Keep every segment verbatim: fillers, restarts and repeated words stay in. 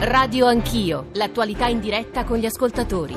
Radio Anch'io, l'attualità in diretta con gli ascoltatori.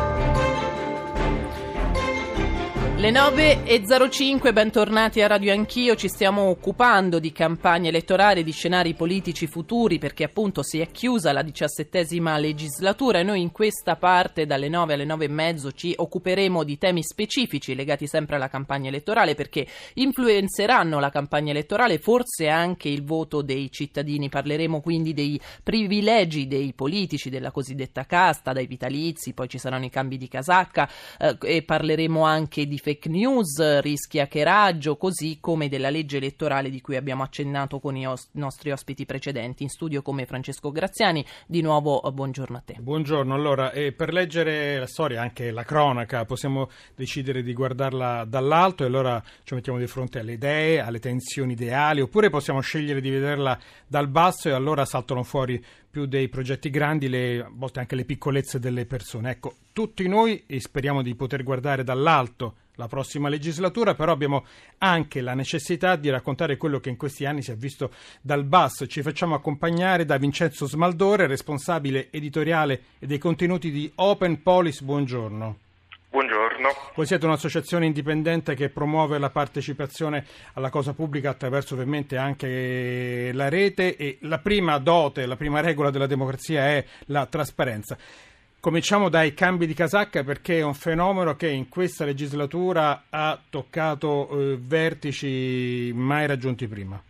Le nove e zero cinque, bentornati a Radio Anch'io. Ci stiamo occupando di campagna elettorale, di scenari politici futuri, perché appunto si è chiusa la diciassettesima legislatura e noi in questa parte dalle nove alle nove e mezzo ci occuperemo di temi specifici legati sempre alla campagna elettorale, perché influenzeranno la campagna elettorale, forse anche il voto dei cittadini. Parleremo quindi dei privilegi dei politici, della cosiddetta casta, dai vitalizi, poi ci saranno i cambi di casacca eh, e parleremo anche di fake news, rischi hackeraggio, così come della legge elettorale di cui abbiamo accennato con i os- nostri ospiti precedenti. In studio come Francesco Graziani. Di nuovo buongiorno a te. Buongiorno. Allora, eh, per leggere la storia, anche la cronaca, possiamo decidere di guardarla dall'alto e allora ci mettiamo di fronte alle idee, alle tensioni ideali, oppure possiamo scegliere di vederla dal basso e allora saltano fuori più dei progetti grandi, le, a volte anche le piccolezze delle persone. Ecco, tutti noi e speriamo di poter guardare dall'alto la prossima legislatura, però abbiamo anche la necessità di raccontare quello che in questi anni si è visto dal basso. Ci facciamo accompagnare da Vincenzo Smaldore, responsabile editoriale e dei contenuti di Open Polis. Buongiorno. Buongiorno. Voi siete un'associazione indipendente che promuove la partecipazione alla cosa pubblica attraverso ovviamente anche la rete, e la prima dote, la prima regola della democrazia è la trasparenza. Cominciamo dai cambi di casacca, perché è un fenomeno che in questa legislatura ha toccato eh, vertici mai raggiunti prima.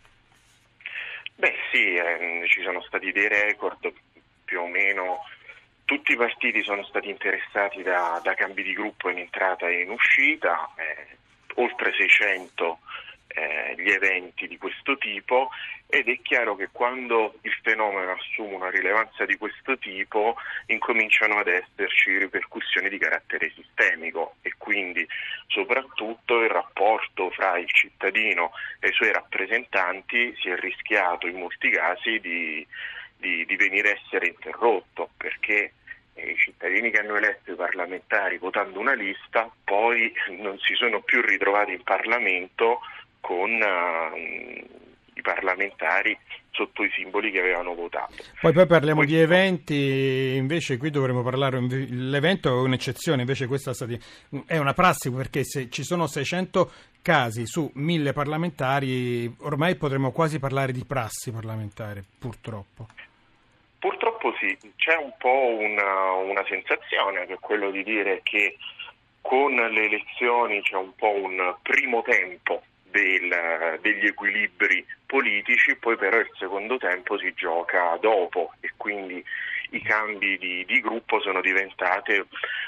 Beh sì, eh, ci sono stati dei record, più o meno tutti i partiti sono stati interessati da, da cambi di gruppo in entrata e in uscita, eh, oltre seicento eh, gli eventi di questo tipo, ed è chiaro che quando il fenomeno assume una rilevanza di questo tipo incominciano ad esserci ripercussioni di carattere sistemico e quindi soprattutto il rapporto fra il cittadino e i suoi rappresentanti si è rischiato in molti casi di, di, di venire a essere interrotto, perché i cittadini che hanno eletto i parlamentari votando una lista poi non si sono più ritrovati in Parlamento con uh, i parlamentari sotto i simboli che avevano votato. Poi, poi parliamo Questo... di eventi, invece qui dovremmo parlare, l'evento è un'eccezione, invece questa è, stati, è una prassi, perché se ci sono seicento casi su mille parlamentari, ormai potremmo quasi parlare di prassi parlamentare, purtroppo. Purtroppo sì, c'è un po' una, una sensazione, che è quello di dire che con le elezioni c'è un po' un primo tempo del, degli equilibri politici, poi però il secondo tempo si gioca dopo e quindi i cambi di, di gruppo sono diventate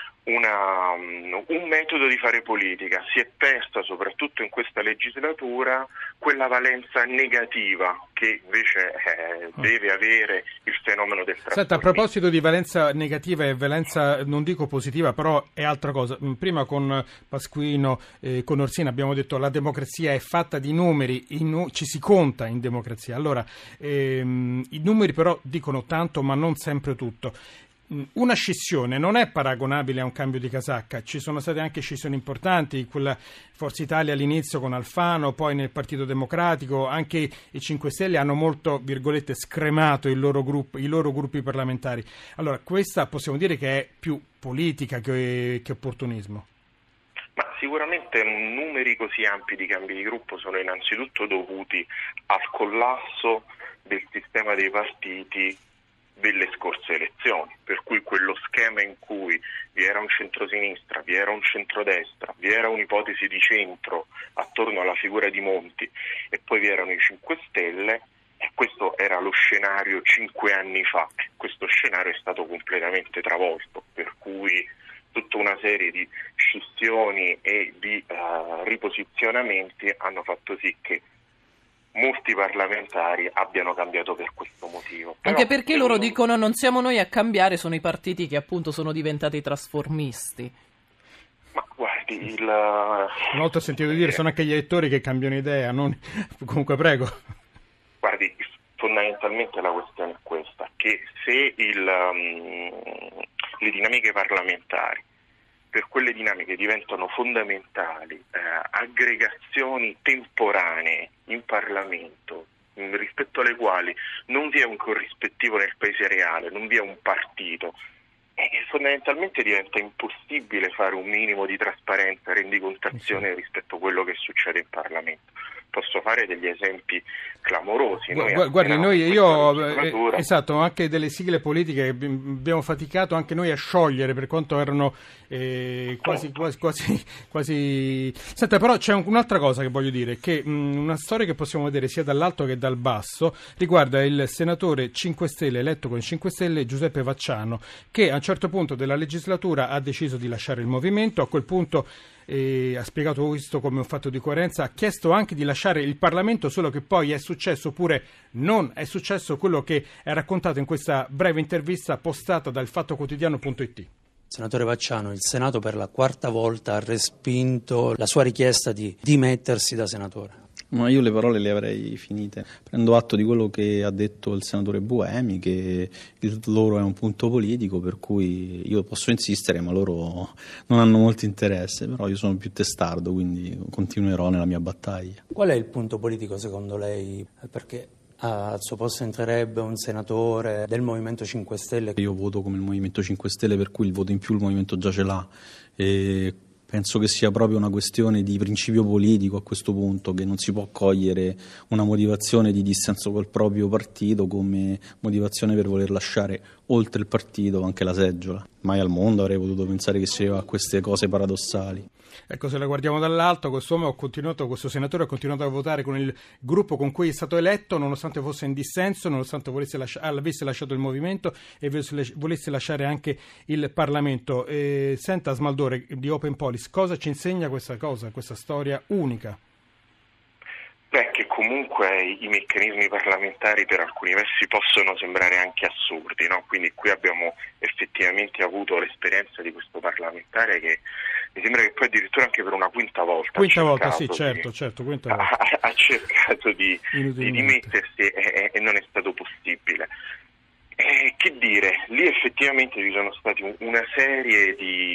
una, un metodo di fare politica. Si è persa soprattutto in questa legislatura quella valenza negativa che invece eh, deve avere il fenomeno del trasformismo. Senta, a proposito di valenza negativa e valenza non dico positiva, però è altra cosa. Prima con Pasquino, eh, con Orsina abbiamo detto la democrazia è fatta di numeri, in, ci si conta in democrazia. Allora, ehm, i numeri però dicono tanto ma non sempre tutto. Una scissione non è paragonabile a un cambio di casacca. Ci sono state anche scissioni importanti, quella Forza Italia all'inizio con Alfano, poi nel Partito Democratico, anche i cinque Stelle hanno molto, virgolette, scremato il loro gruppo, i loro gruppi parlamentari. Allora, questa possiamo dire che è più politica che, che opportunismo. Ma sicuramente numeri così ampi di cambi di gruppo sono innanzitutto dovuti al collasso del sistema dei partiti delle scorse elezioni, per cui quello schema in cui vi era un centrosinistra, vi era un centrodestra, vi era un'ipotesi di centro attorno alla figura di Monti e poi vi erano i cinque Stelle, e questo era lo scenario cinque anni fa. Questo scenario è stato completamente travolto, per cui tutta una serie di scissioni e di uh, riposizionamenti hanno fatto sì che molti parlamentari abbiano cambiato per questo motivo. Però, anche perché loro non... dicono non siamo noi a cambiare, sono i partiti che appunto sono diventati trasformisti. Ma guardi, il... Una volta ho sentito dire sono anche gli elettori che cambiano idea, non... comunque prego. Guardi, fondamentalmente la questione è questa, che se il, um, le dinamiche parlamentari per quelle dinamiche diventano fondamentali eh, aggregazioni temporanee in Parlamento rispetto alle quali non vi è un corrispettivo nel paese reale, non vi è un partito, e fondamentalmente diventa impossibile fare un minimo di trasparenza, rendicontazione rispetto a quello che succede in Parlamento. Posso fare degli esempi clamorosi. Noi Gu- Guardi, noi io eh, esatto, anche delle sigle politiche abbiamo faticato anche noi a sciogliere, per quanto erano eh, quasi, quasi, quasi, quasi. Senta, però c'è un, un'altra cosa che voglio dire, che mh, una storia che possiamo vedere sia dall'alto che dal basso riguarda il senatore cinque Stelle eletto con cinque Stelle Giuseppe Vacciano, che a un certo punto della legislatura ha deciso di lasciare il movimento. A quel punto E ha spiegato questo come un fatto di coerenza, ha chiesto anche di lasciare il Parlamento, solo che poi è successo, oppure non è successo, quello che è raccontato in questa breve intervista postata dal fattoquotidiano punto it. Senatore Vacciano, il Senato per la quarta volta ha respinto la sua richiesta di dimettersi da senatore. Ma io le parole le avrei finite. Prendo atto di quello che ha detto il senatore Buemi, che il loro è un punto politico, per cui io posso insistere, ma loro non hanno molto interesse. Però io sono più testardo, quindi continuerò nella mia battaglia. Qual è il punto politico secondo lei? Perché al suo posto entrerebbe un senatore del Movimento cinque Stelle. Io voto come il Movimento cinque Stelle, per cui il voto in più il Movimento già ce l'ha. E penso che sia proprio una questione di principio politico a questo punto, che non si può cogliere una motivazione di dissenso col proprio partito come motivazione per voler lasciare oltre il partito anche la seggiola. Mai al mondo avrei potuto pensare che si arriva a queste cose paradossali. Ecco, se la guardiamo dall'alto, quest'uomo ha continuato, questo senatore ha continuato a votare con il gruppo con cui è stato eletto, nonostante fosse in dissenso, nonostante volesse lasci- avesse lasciato il movimento e volesse lasciare anche il Parlamento. E, senta Smaldore di Open Policy, cosa ci insegna questa cosa, questa storia unica? Beh, che comunque i meccanismi parlamentari per alcuni versi possono sembrare anche assurdi, no? Quindi qui abbiamo effettivamente avuto l'esperienza di questo parlamentare che mi sembra che poi addirittura anche per una quinta volta quinta volta sì certo di, certo quinta volta. Ha, ha cercato di, di dimettersi e, e non è stato possibile. E che dire, lì effettivamente ci sono stati una serie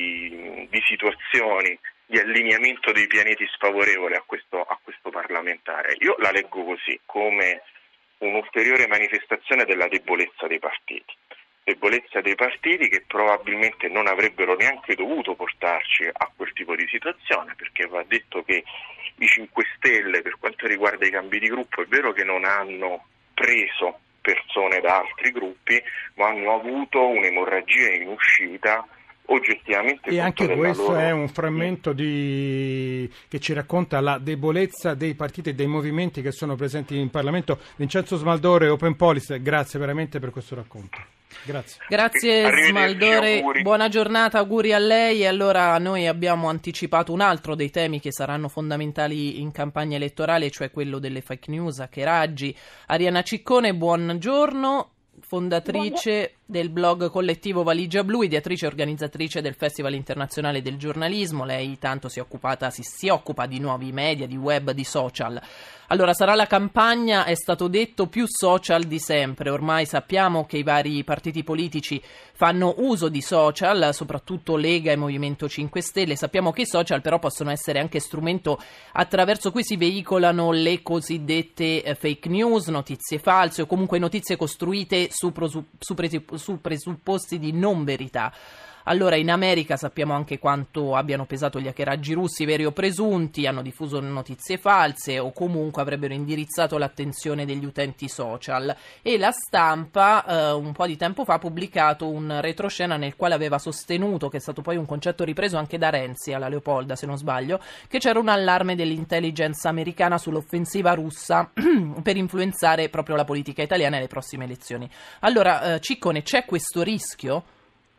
di, di situazioni di allineamento dei pianeti sfavorevole a questo, a questo parlamentare. Io la leggo così, come un'ulteriore manifestazione della debolezza dei partiti. Debolezza dei partiti che probabilmente non avrebbero neanche dovuto portarci a quel tipo di situazione, perché va detto che i cinque Stelle, per quanto riguarda i cambi di gruppo, è vero che non hanno preso persone da altri gruppi, ma hanno avuto un'emorragia in uscita oggettivamente. E anche questo loro... è un frammento di... che ci racconta la debolezza dei partiti e dei movimenti che sono presenti in Parlamento. Vincenzo Smaldore, Open Policy, grazie veramente per questo racconto. Grazie. Grazie Smaldore, auguri. Buona giornata, auguri a lei. E allora noi abbiamo anticipato un altro dei temi che saranno fondamentali in campagna elettorale, cioè quello delle fake news, hackeraggi. Arianna Ciccone, buongiorno, fondatrice del blog collettivo Valigia Blu, ideatrice e organizzatrice del Festival Internazionale del Giornalismo. Lei tanto si è occupata, si, si occupa di nuovi media, di web, di social. Allora, sarà la campagna, è stato detto, più social di sempre. Ormai sappiamo che i vari partiti politici fanno uso di social, soprattutto Lega e Movimento cinque Stelle. Sappiamo che i social però possono essere anche strumento attraverso cui si veicolano le cosiddette eh, fake news, notizie false o comunque notizie costruite su, prosu- su, presu- su presupposti di non verità. Allora, in America sappiamo anche quanto abbiano pesato gli hackeraggi russi, veri o presunti, hanno diffuso notizie false o comunque avrebbero indirizzato l'attenzione degli utenti social. E la Stampa eh, un po' di tempo fa ha pubblicato un retroscena nel quale aveva sostenuto, che è stato poi un concetto ripreso anche da Renzi alla Leopolda se non sbaglio, che c'era un allarme dell'intelligence americana sull'offensiva russa per influenzare proprio la politica italiana e le prossime elezioni. Allora, eh, Ciccone, c'è questo rischio?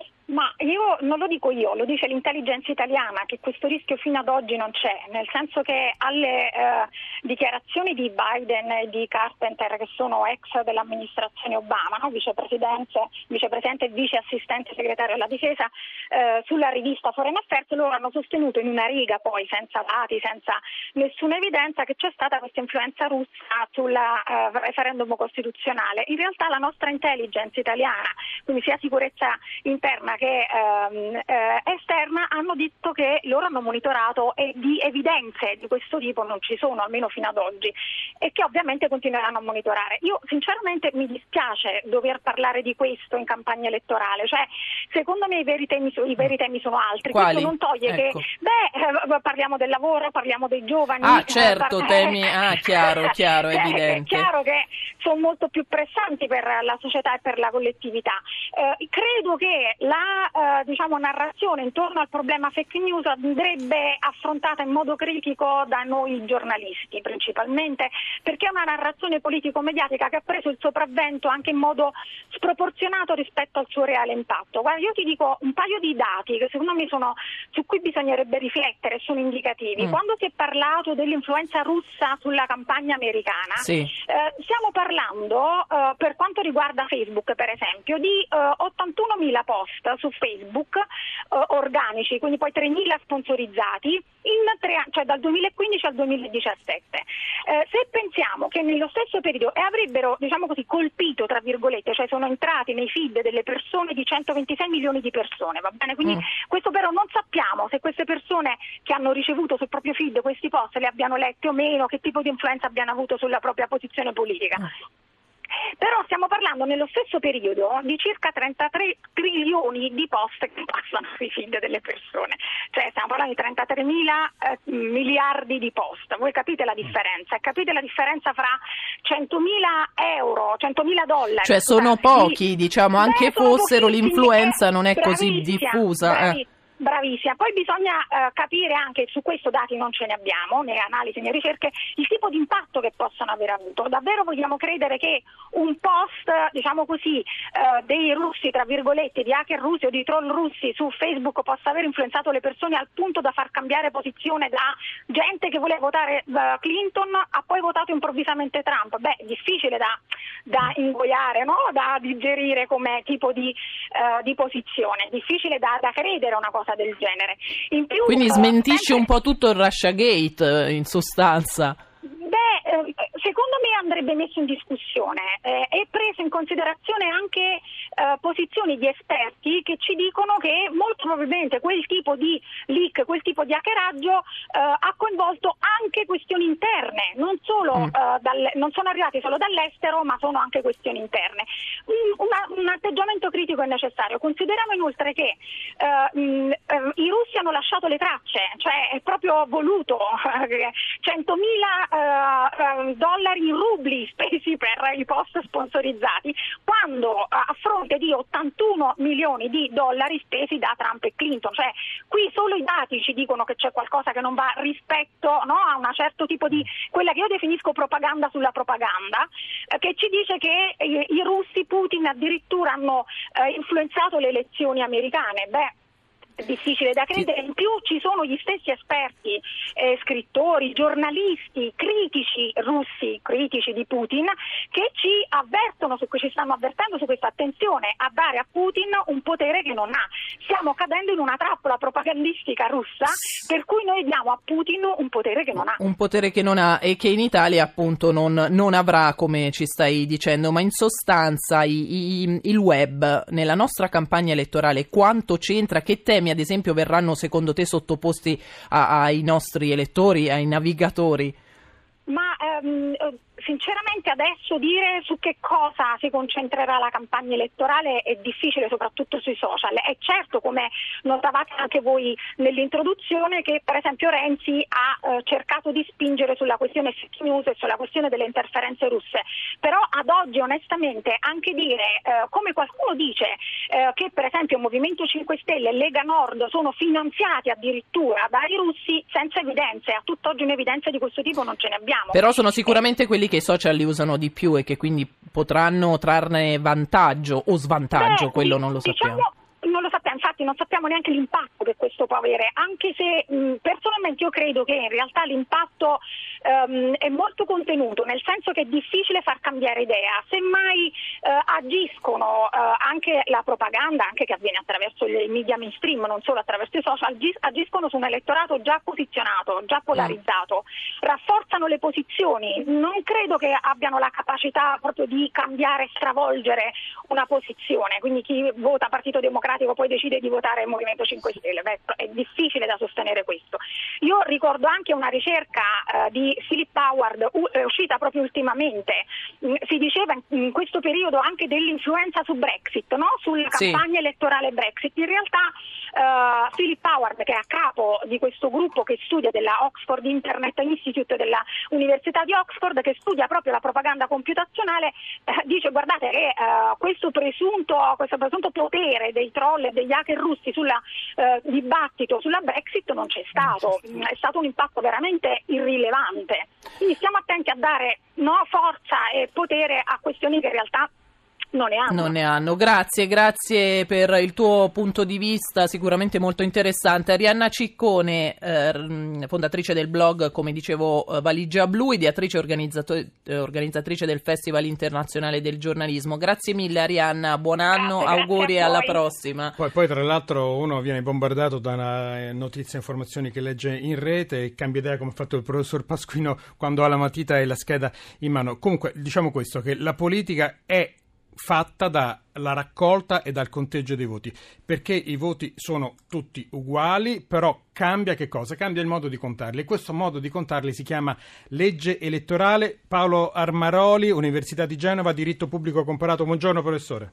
Ma io non lo dico io, lo dice l'intelligenza italiana, che questo rischio fino ad oggi non c'è, nel senso che alle eh, dichiarazioni di Biden e di Carpenter, che sono ex dell'amministrazione Obama, no? vicepresidente, vicepresidente e vice assistente segretario alla difesa, eh, sulla rivista Foreign Affairs, loro hanno sostenuto in una riga, poi senza dati, senza nessuna evidenza, che c'è stata questa influenza russa sul eh, referendum costituzionale. In realtà la nostra intelligence italiana, quindi sia sicurezza interna che ehm, eh, esterna hanno detto che loro hanno monitorato e di evidenze di questo tipo non ci sono, almeno fino ad oggi, e che ovviamente continueranno a monitorare. Io sinceramente mi dispiace dover parlare di questo in campagna elettorale, cioè secondo me i veri temi, i veri temi sono altri. Quali? Questo non toglie ecco. che beh, eh, parliamo del lavoro, parliamo dei giovani. Ah certo, eh, temi, ah chiaro, chiaro, cioè, evidente. È chiaro che sono molto più pressanti per la società e per la collettività. Eh, credo che la eh, diciamo narrazione intorno al problema fake news andrebbe affrontata in modo critico da noi giornalisti principalmente, perché è una narrazione politico-mediatica che ha preso il sopravvento anche in modo sproporzionato rispetto al suo reale impatto. Guarda, io ti dico un paio di dati che secondo me sono su cui bisognerebbe riflettere, sono indicativi. Mm. Quando si è parlato dell'influenza russa sulla campagna americana, sì. eh, stiamo parlando eh, per quanto riguarda Facebook per esempio di eh, ottantunomila post su Facebook eh, organici, quindi poi tremila sponsorizzati in tre, cioè dal duemilaquindici al duemiladiciassette. Eh, se pensiamo che nello stesso periodo e avrebbero diciamo così colpito tra virgolette, cioè sono entrati nei feed delle persone di centoventisei milioni di persone, va bene? Quindi mm. questo però non sappiamo se queste persone che hanno ricevuto sul proprio feed questi post le abbiano lette o meno, che tipo di influenza abbiano avuto sulla propria posizione politica. Mm. Però stiamo parlando nello stesso periodo di circa trentatré trilioni di post che passano sui feed delle persone, cioè stiamo parlando di trentatremila eh, miliardi di post. Voi capite la differenza? Capite la differenza fra centomila euro, centomila dollari? Cioè sono scusate, pochi, di... diciamo, anche Beh, fossero l'influenza non è così diffusa. Bravi, eh. Bravissima, poi bisogna eh, capire anche, su questo dati non ce ne abbiamo, né analisi né ricerche, il tipo di impatto che possono aver avuto. Davvero vogliamo credere che un post, diciamo così, eh, dei russi, tra virgolette, di hacker russi o di troll russi su Facebook possa aver influenzato le persone al punto da far cambiare posizione da gente che voleva votare uh, Clinton a poi votato improvvisamente Trump? Beh, difficile da, da ingoiare, no? Da digerire come tipo di, uh, di posizione, difficile da, da credere una cosa del genere. In più, quindi smentisce sempre... un po' tutto il Russiagate in sostanza. Beh, secondo me andrebbe messo in discussione eh, e preso in considerazione anche eh, posizioni di esperti che ci dicono che molto probabilmente quel tipo di leak, quel tipo di hackeraggio eh, ha coinvolto anche questioni interne, non solo mm. eh, dal, non sono arrivati solo dall'estero, ma sono anche questioni interne. Un, una, un atteggiamento critico è necessario. Consideriamo inoltre che eh, mh, eh, i russi hanno lasciato le tracce, cioè è proprio voluto, centomila Uh, dollari in rubli spesi per i post sponsorizzati, quando uh, a fronte di ottantuno milioni di dollari spesi da Trump e Clinton. Cioè qui solo i dati ci dicono che c'è qualcosa che non va rispetto, no, a un certo tipo di, quella che io definisco propaganda sulla propaganda, eh, che ci dice che i, i russi, Putin addirittura hanno eh, influenzato le elezioni americane. Beh, è difficile da credere. In più ci sono gli stessi esperti, eh, scrittori, giornalisti, critici russi, critici di Putin, che ci avvertono, su cui ci stanno avvertendo su questa attenzione a dare a Putin un potere che non ha. Stiamo cadendo in una trappola propagandistica russa per cui noi diamo a Putin un potere che non ha. Un potere che non ha e che in Italia appunto non, non avrà, come ci stai dicendo, ma in sostanza i, i, il web nella nostra campagna elettorale quanto c'entra, che temi ad esempio verranno secondo te sottoposti a, ai nostri elettori, ai navigatori? Ma ehm, sinceramente adesso dire su che cosa si concentrerà la campagna elettorale è difficile, soprattutto sui social. È certo, come notavate anche voi nell'introduzione, che per esempio Renzi ha eh, cercato di spingere sulla questione fake news e sulla questione delle interferenze russe, però ad oggi onestamente anche dire, eh, come qualcuno dice, eh, che per esempio Movimento cinque Stelle e Lega Nord sono finanziati addirittura dai russi, senza evidenze, a tutt'oggi un'evidenza di questo tipo non ce ne abbiamo. Però sono sicuramente quelli che i social li usano di più e che quindi potranno trarne vantaggio o svantaggio. Beh, quello non lo diciamo, sappiamo. Non lo sappiamo, infatti non sappiamo neanche l'impatto che questo può avere, anche se mh, personalmente io credo che in realtà l'impatto um, è molto contenuto, nel senso che è difficile far cambiare idea. Semmai eh, agiscono eh, anche la propaganda, anche che avviene attraverso i media mainstream, non solo attraverso i social, agis- agiscono su un elettorato già posizionato, già polarizzato, rafforzano le posizioni. Non credo che abbiano la capacità proprio di cambiare e stravolgere una posizione, quindi chi vota Partito Democratico poi decide di votare il Movimento cinque Stelle. Beh, è difficile da sostenere questo. Io ricordo anche una ricerca eh, di Philip Howard u- è uscita proprio ultimamente. Mm, si diceva in, in questo periodo anche dell'influenza su Brexit, no? Sulla Sì. campagna elettorale Brexit. In realtà eh, Philip Howard, che è a capo di questo gruppo che studia della Oxford Internet Institute della Università di Oxford, che studia proprio la propaganda computazionale, eh, dice guardate che eh, questo presunto questo presunto potere dei troll e degli hacker russi sul eh, dibattito sulla Brexit non c'è stato, è stato un impatto veramente irrilevante. Quindi stiamo attenti a dare no, forza e potere a questioni che in realtà non ne hanno. Non ne hanno. Grazie, grazie per il tuo punto di vista, sicuramente molto interessante. Arianna Ciccone, eh, fondatrice del blog, come dicevo, Valigia Blu, ideatrice e organizzatrice del Festival Internazionale del Giornalismo. Grazie mille Arianna, buon anno, grazie, auguri grazie alla prossima. Poi, poi tra l'altro uno viene bombardato da una notizia e informazioni che legge in rete e cambia idea, come ha fatto il professor Pasquino quando ha la matita e la scheda in mano. Comunque diciamo questo, che la politica è fatta dalla raccolta e dal conteggio dei voti, perché i voti sono tutti uguali, però cambia che cosa? Cambia il modo di contarli, e questo modo di contarli si chiama legge elettorale. Paolo Armaroli, Università di Genova, diritto pubblico comparato. Buongiorno professore.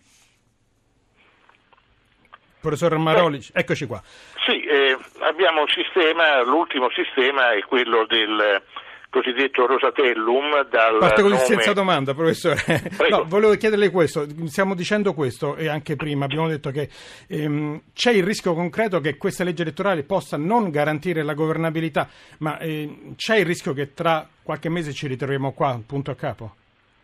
Professor Armaroli, Beh, eccoci qua. Sì, eh, abbiamo un sistema, l'ultimo sistema è quello del cosiddetto Rosatellum. Dal Parte così nome... senza domanda, professore. No, volevo chiederle questo, stiamo dicendo questo e anche prima abbiamo detto che ehm, c'è il rischio concreto che questa legge elettorale possa non garantire la governabilità, ma eh, c'è il rischio che tra qualche mese ci ritroviamo qua, punto a capo?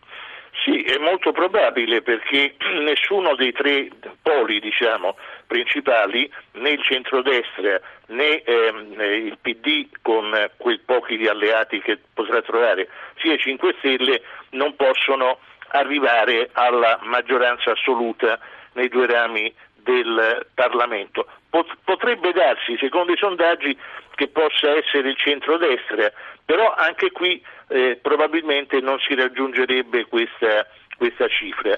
Sì, è molto probabile, perché nessuno dei tre poli, diciamo, principali, né il centrodestra né ehm, il P D con quei pochi di alleati che potrà trovare, sia i cinque Stelle, non possono arrivare alla maggioranza assoluta nei due rami del Parlamento. Potrebbe darsi, secondo i sondaggi, che possa essere il centrodestra, però anche qui eh, probabilmente non si raggiungerebbe questa, questa cifra.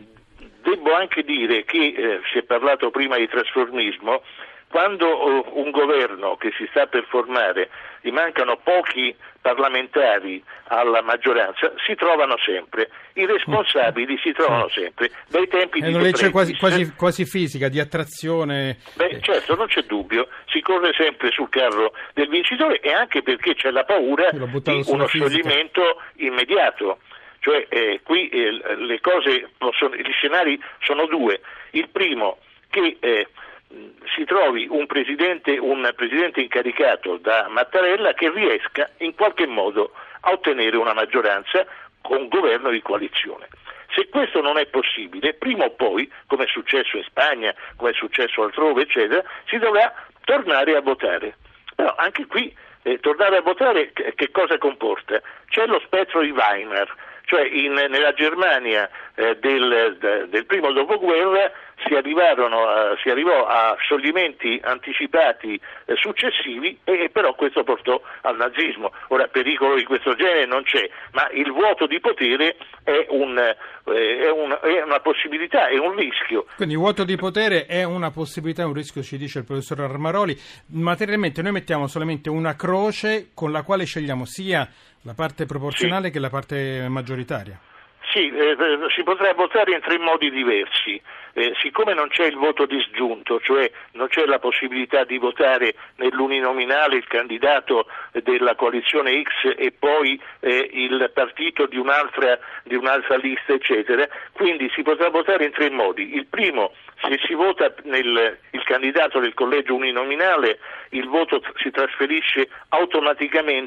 Devo anche dire che eh, si è parlato prima di trasformismo. Quando oh, un governo che si sta per formare, gli mancano pochi parlamentari alla maggioranza, si trovano sempre, i responsabili si trovano sempre, dai tempi eh, di non c'è quasi, quasi, quasi fisica, di attrazione. Beh, certo, non c'è dubbio, si corre sempre sul carro del vincitore, e anche perché c'è la paura di uno scioglimento immediato. Cioè eh, qui eh, le cose possono, gli scenari sono due. Il primo, che eh, si trovi un presidente, un presidente incaricato da Mattarella che riesca in qualche modo a ottenere una maggioranza con un governo di coalizione. Se questo non è possibile, prima o poi, come è successo in Spagna, come è successo altrove, eccetera, si dovrà tornare a votare. Però anche qui eh, tornare a votare che, che cosa comporta? C'è lo spettro di Weimar, cioè in, nella Germania eh, del, del primo dopoguerra si arrivarono a, si arrivò a scioglimenti anticipati eh, successivi, e però questo portò al nazismo. Ora, pericolo di questo genere non c'è, ma il vuoto di potere è, un, eh, è, un, è una possibilità, è un rischio. Quindi il vuoto di potere è una possibilità, è un rischio, ci dice il professor Armaroli. Materialmente noi mettiamo solamente una croce con la quale scegliamo sia la parte proporzionale sì. che la parte maggioritaria. Sì, eh, si potrà votare in tre modi diversi. Eh, siccome non c'è il voto disgiunto, cioè non c'è la possibilità di votare nell'uninominale il candidato della coalizione X e poi eh, il partito di un'altra, di un'altra lista, eccetera, quindi si potrà votare in tre modi. Il primo, se si vota nel il candidato del collegio uninominale, il voto si trasferisce automaticamente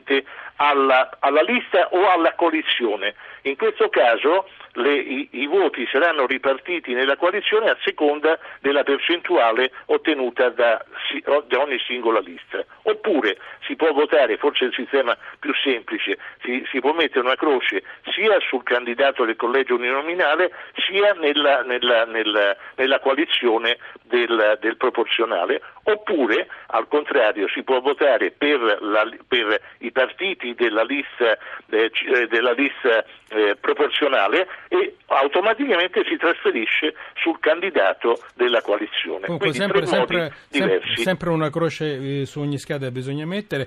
alla, alla lista o alla coalizione. In questo caso le, i, i voti saranno ripartiti nella coalizione a seconda della percentuale ottenuta da, da ogni singola lista. Oppure si può votare, forse il sistema più semplice, si, si può mettere una croce sia sul candidato del collegio uninominale sia nella, nella, nella, nella coalizione del, del proporzionale, oppure al contrario si può votare per, la, per i partiti della lista, eh, della lista eh, proporzionale e automaticamente si trasferisce sul candidato della coalizione. Comunque, Quindi sempre, tre sempre, modi diversi. sempre una croce eh, su ogni scheda bisogna mettere.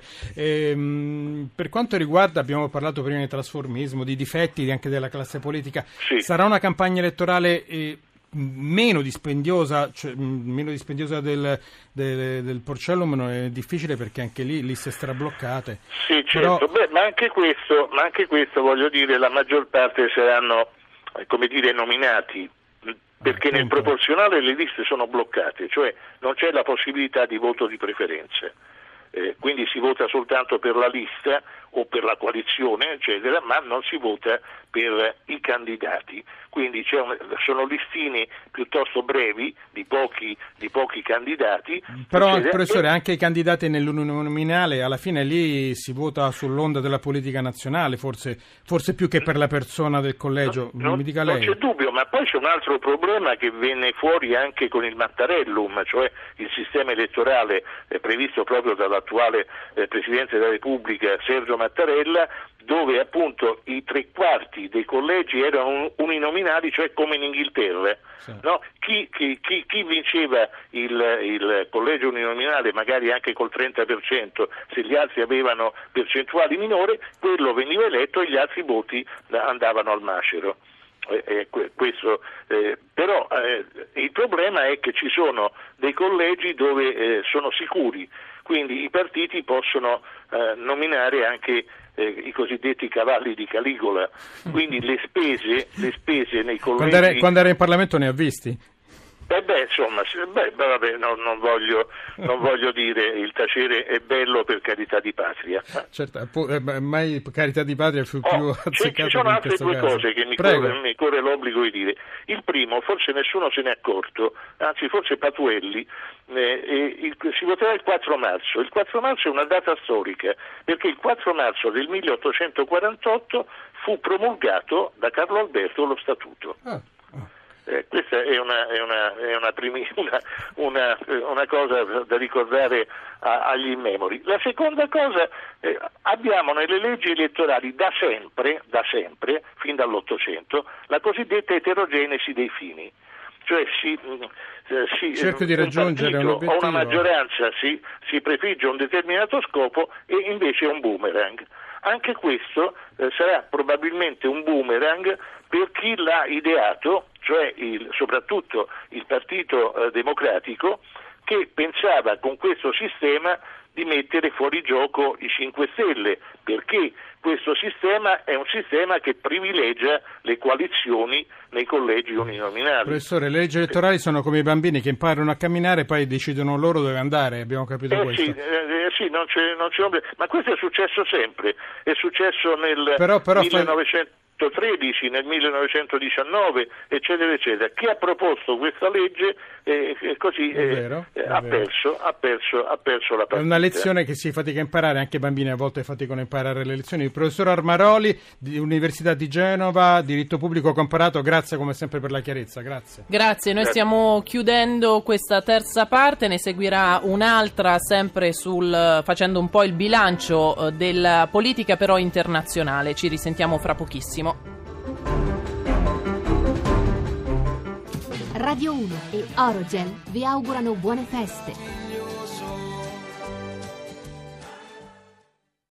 Ehm, per quanto riguarda, abbiamo parlato prima di trasformismo, di difetti anche della classe politica, sì. Sarà una campagna elettorale eh, meno dispendiosa, cioè, meno dispendiosa del, del, del Porcellum? Non è difficile perché anche lì liste strabloccate. Sì, certo. Però... Beh, ma anche questo, ma anche questo voglio dire, la maggior parte saranno, come dire, nominati, perché nel proporzionale le liste sono bloccate, cioè non c'è la possibilità di voto di preferenze. Eh, quindi si vota soltanto per la lista o per la coalizione, eccetera, ma non si vota per i candidati. Quindi c'è un, sono listini piuttosto brevi di pochi, di pochi candidati. Però, eccetera. professore, anche i candidati nell'uninominale, alla fine lì si vota sull'onda della politica nazionale, forse, forse più che per la persona del collegio. No, non, mi dica lei. Non c'è dubbio, ma poi c'è un altro problema che venne fuori anche con il Mattarellum, cioè il sistema elettorale eh, previsto proprio dall'attuale eh, Presidente della Repubblica Sergio Mattarella, dove appunto i tre quarti dei collegi erano uninominali, cioè come in Inghilterra. Sì. No? Chi, chi, chi, chi vinceva il, il collegio uninominale magari anche col trenta per cento, se gli altri avevano percentuali minori, quello veniva eletto e gli altri voti andavano al macero. Eh, eh, questo, eh, però eh, il problema è che ci sono dei collegi dove eh, sono sicuri, quindi i partiti possono eh, nominare anche eh, i cosiddetti cavalli di Caligola, quindi le spese, le spese nei collegi... Quando era, quando era in Parlamento ne ha visti? Eh beh, insomma, beh, vabbè, no, non, voglio, non voglio dire il tacere è bello per carità di patria. Certo, eh, mai carità di patria fu più oh, azzeccato. Ci sono altre due caso. cose che mi corre, mi corre l'obbligo di dire. Il primo, forse nessuno se ne è accorto, anzi forse Patuelli, eh, il, si voterà il quattro marzo. Il quattro marzo è una data storica, perché il quattro marzo del milleottocentoquarantotto fu promulgato da Carlo Alberto lo Statuto. Ah. Eh, questa è una, è una, è una, primi, una, una, una cosa da ricordare a, agli immemori. La seconda cosa, eh, abbiamo nelle leggi elettorali da sempre, da sempre, fin dall'Ottocento, la cosiddetta eterogenesi dei fini. Cioè si, si, cerco di raggiungere un obiettivo, o una maggioranza si, si prefigge un determinato scopo e invece è un boomerang. Anche questo eh, sarà probabilmente un boomerang per chi l'ha ideato, cioè il, soprattutto il Partito eh, Democratico, che pensava con questo sistema di mettere fuori gioco i cinque Stelle, perché questo sistema è un sistema che privilegia le coalizioni nei collegi uninominali. Professore, le leggi elettorali sono come i bambini che imparano a camminare e poi decidono loro dove andare, abbiamo capito eh questo. Sì, eh, sì non c'è, non c'è, ma questo è successo sempre, è successo nel però, però millenovecentotredici, nel millenovecentodiciannove, eccetera, eccetera. Chi ha proposto questa legge eh, così è vero, eh, è ha, vero. Perso, ha, perso, ha perso la partita. È una lezione che si fatica a imparare, anche i bambini a volte faticano a imparare le lezioni. Il professor Armaroli, di Università di Genova, diritto pubblico comparato, grazie come sempre per la chiarezza. Grazie. Grazie, noi stiamo chiudendo questa terza parte, ne seguirà un'altra sempre sul facendo un po' il bilancio della politica però internazionale. Ci risentiamo fra pochissimo. Radio uno e Orogel vi augurano buone feste.